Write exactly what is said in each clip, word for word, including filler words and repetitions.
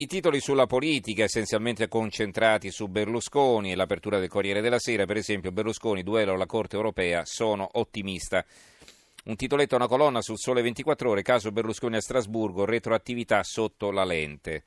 I titoli sulla politica, essenzialmente concentrati su Berlusconi e l'apertura del Corriere della Sera, per esempio Berlusconi, duello alla Corte Europea, sono ottimista. Un titoletto, una colonna sul Sole ventiquattro Ore, caso Berlusconi a Strasburgo, retroattività sotto la lente.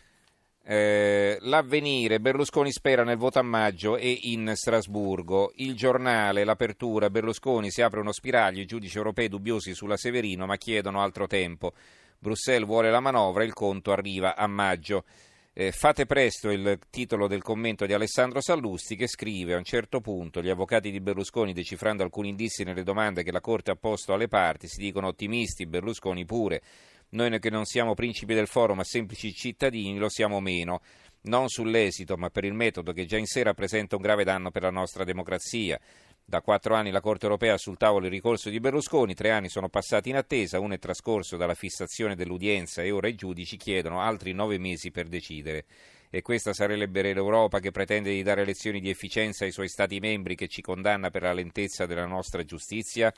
Eh, L'Avvenire, Berlusconi spera nel voto a maggio e in Strasburgo. Il Giornale, l'apertura, Berlusconi si apre uno spiraglio, i giudici europei dubbiosi sulla Severino ma chiedono altro tempo. Bruxelles vuole la manovra, il conto arriva a maggio. Eh, fate presto, il titolo del commento di Alessandro Sallusti, che scrive: a un certo punto gli avvocati di Berlusconi, decifrando alcuni indizi nelle domande che la Corte ha posto alle parti, si dicono ottimisti, Berlusconi pure. Noi che non siamo principi del foro ma semplici cittadini lo siamo meno, non sull'esito ma per il metodo che già in sé rappresenta un grave danno per la nostra democrazia. Da quattro anni la Corte Europea ha sul tavolo il ricorso di Berlusconi, tre anni sono passati in attesa, uno è trascorso dalla fissazione dell'udienza e ora i giudici chiedono altri nove mesi per decidere. E questa sarebbe l'Europa che pretende di dare lezioni di efficienza ai suoi Stati membri, che ci condanna per la lentezza della nostra giustizia?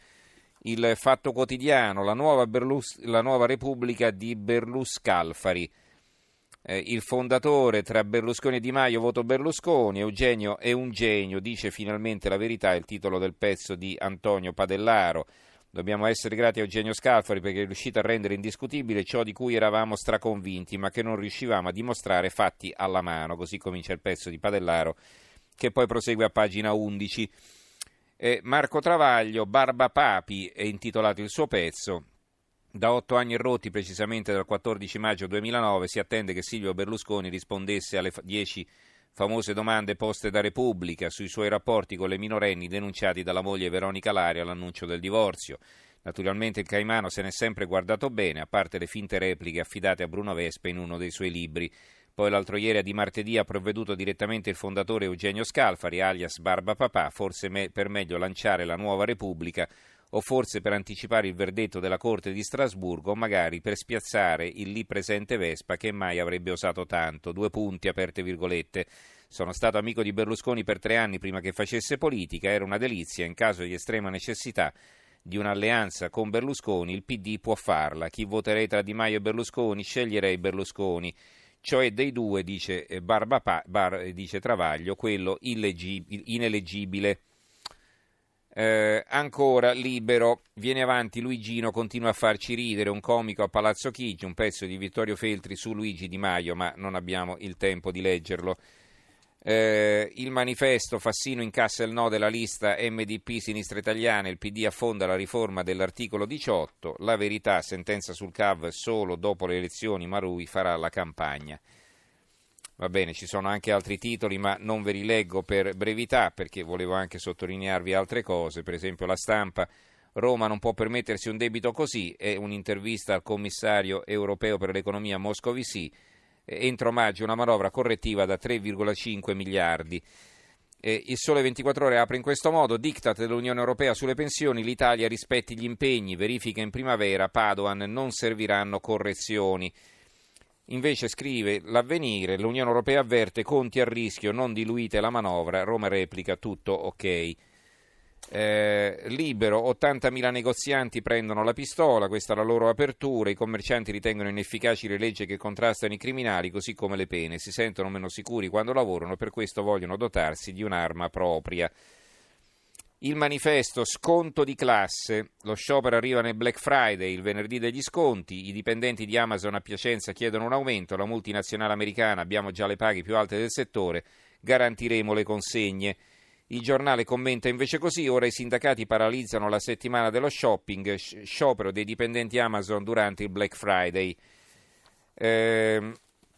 Il Fatto Quotidiano, la nuova, Berlus- la nuova Repubblica di Berluscalfari. Eh, il fondatore tra Berlusconi e Di Maio, voto Berlusconi, Eugenio è un genio, dice finalmente la verità, il titolo del pezzo di Antonio Padellaro. Dobbiamo essere grati a Eugenio Scalfari perché è riuscito a rendere indiscutibile ciò di cui eravamo straconvinti ma che non riuscivamo a dimostrare fatti alla mano. Così comincia il pezzo di Padellaro, che poi prosegue a pagina undici. Eh, Marco Travaglio, Barba Papi è intitolato il suo pezzo. Da otto anni e rotti, precisamente dal quattordici maggio duemilanove, si attende che Silvio Berlusconi rispondesse alle dieci famose domande poste da Repubblica sui suoi rapporti con le minorenni denunciati dalla moglie Veronica Lario all'annuncio del divorzio. Naturalmente il Caimano se n'è sempre guardato bene, a parte le finte repliche affidate a Bruno Vespa in uno dei suoi libri. Poi l'altro ieri, di martedì, ha provveduto direttamente il fondatore Eugenio Scalfari, alias Barba Papà, forse me- per meglio lanciare la nuova Repubblica, o forse per anticipare il verdetto della Corte di Strasburgo, o magari per spiazzare il lì presente Vespa che mai avrebbe osato tanto. Due punti, aperte virgolette. Sono stato amico di Berlusconi per tre anni prima che facesse politica, era una delizia, in caso di estrema necessità di un'alleanza con Berlusconi, il P D può farla. Chi voterei tra Di Maio e Berlusconi? Sceglierei Berlusconi. Cioè dei due, dice Barba pa, Bar, dice Travaglio, quello illegib- ineleggibile. Eh, ancora Libero, viene avanti Luigino, continua a farci ridere, un comico a Palazzo Chigi, un pezzo di Vittorio Feltri su Luigi Di Maio, ma non abbiamo il tempo di leggerlo. Eh, il Manifesto, Fassino incassa il no della lista M D P Sinistra Italiana, il P D affonda la riforma dell'articolo diciotto, La Verità, sentenza sul C A V solo dopo le elezioni, Marui farà la campagna. Va bene, ci sono anche altri titoli, ma non ve li leggo per brevità, perché volevo anche sottolinearvi altre cose. Per esempio La Stampa, Roma non può permettersi un debito così, è un'intervista al commissario europeo per l'economia Moscovici. Entro maggio una manovra correttiva da tre virgola cinque miliardi. Eh, il Sole ventiquattro Ore apre in questo modo: diktat dell'Unione Europea sulle pensioni, l'Italia rispetti gli impegni, verifica in primavera, Padoan, non serviranno correzioni. Invece scrive l'Avvenire, l'Unione Europea avverte, conti a rischio, non diluite la manovra, Roma replica tutto ok. Eh, Libero, ottantamila negozianti prendono la pistola, questa è la loro apertura, i commercianti ritengono inefficaci le leggi che contrastano i criminali così come le pene, si sentono meno sicuri quando lavorano, per questo vogliono dotarsi di un'arma propria. Il Manifesto, sconto di classe, lo sciopero arriva nel Black Friday, il venerdì degli sconti, i dipendenti di Amazon a Piacenza chiedono un aumento, la multinazionale americana, abbiamo già le paghe più alte del settore, garantiremo le consegne. Il Giornale commenta invece così: ora i sindacati paralizzano la settimana dello shopping, sciopero dei dipendenti Amazon durante il Black Friday. Eh,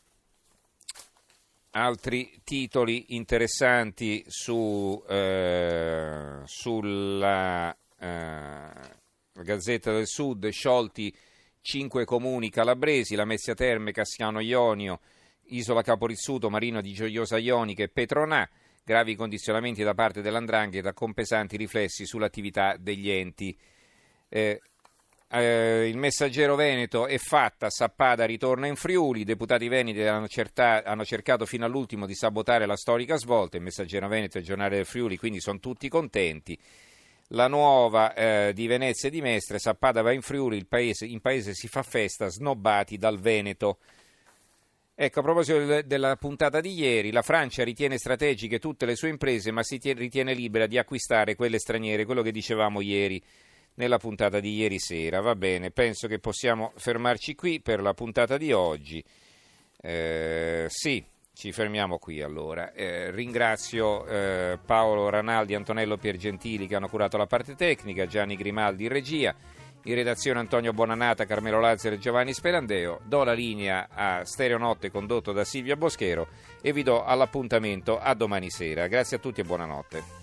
altri titoli interessanti su, eh, sulla eh, Gazzetta del Sud: sciolti cinque comuni calabresi, Lamezia Terme, Cassiano Ionio, Isola Caporizzuto, Marino di Gioiosa Ionica e Petronà. Gravi condizionamenti da parte dell'Andrangheta con pesanti riflessi sull'attività degli enti. Eh, eh, il Messaggero Veneto, è fatta, Sappada ritorna in Friuli, i deputati veneti hanno, certa- hanno cercato fino all'ultimo di sabotare la storica svolta, il Messaggero Veneto e il Giornale del Friuli, quindi sono tutti contenti. La Nuova eh, di Venezia e di Mestre, Sappada va in Friuli, il paese, in paese si fa festa, snobbati dal Veneto. Ecco, a proposito del- della puntata di ieri, la Francia ritiene strategiche tutte le sue imprese, ma si tie- ritiene libera di acquistare quelle straniere, quello che dicevamo ieri nella puntata di ieri sera. Va bene, penso che possiamo fermarci qui per la puntata di oggi. Eh, sì, ci fermiamo qui allora. Eh, ringrazio eh, Paolo Ranaldi e Antonello Piergentili che hanno curato la parte tecnica, Gianni Grimaldi in regia. In redazione Antonio Bonanata, Carmelo Lazzaro e Giovanni Sperandeo. Do la linea a Stereo Notte condotto da Silvia Boschero e vi do all'appuntamento a domani sera. Grazie a tutti e buonanotte.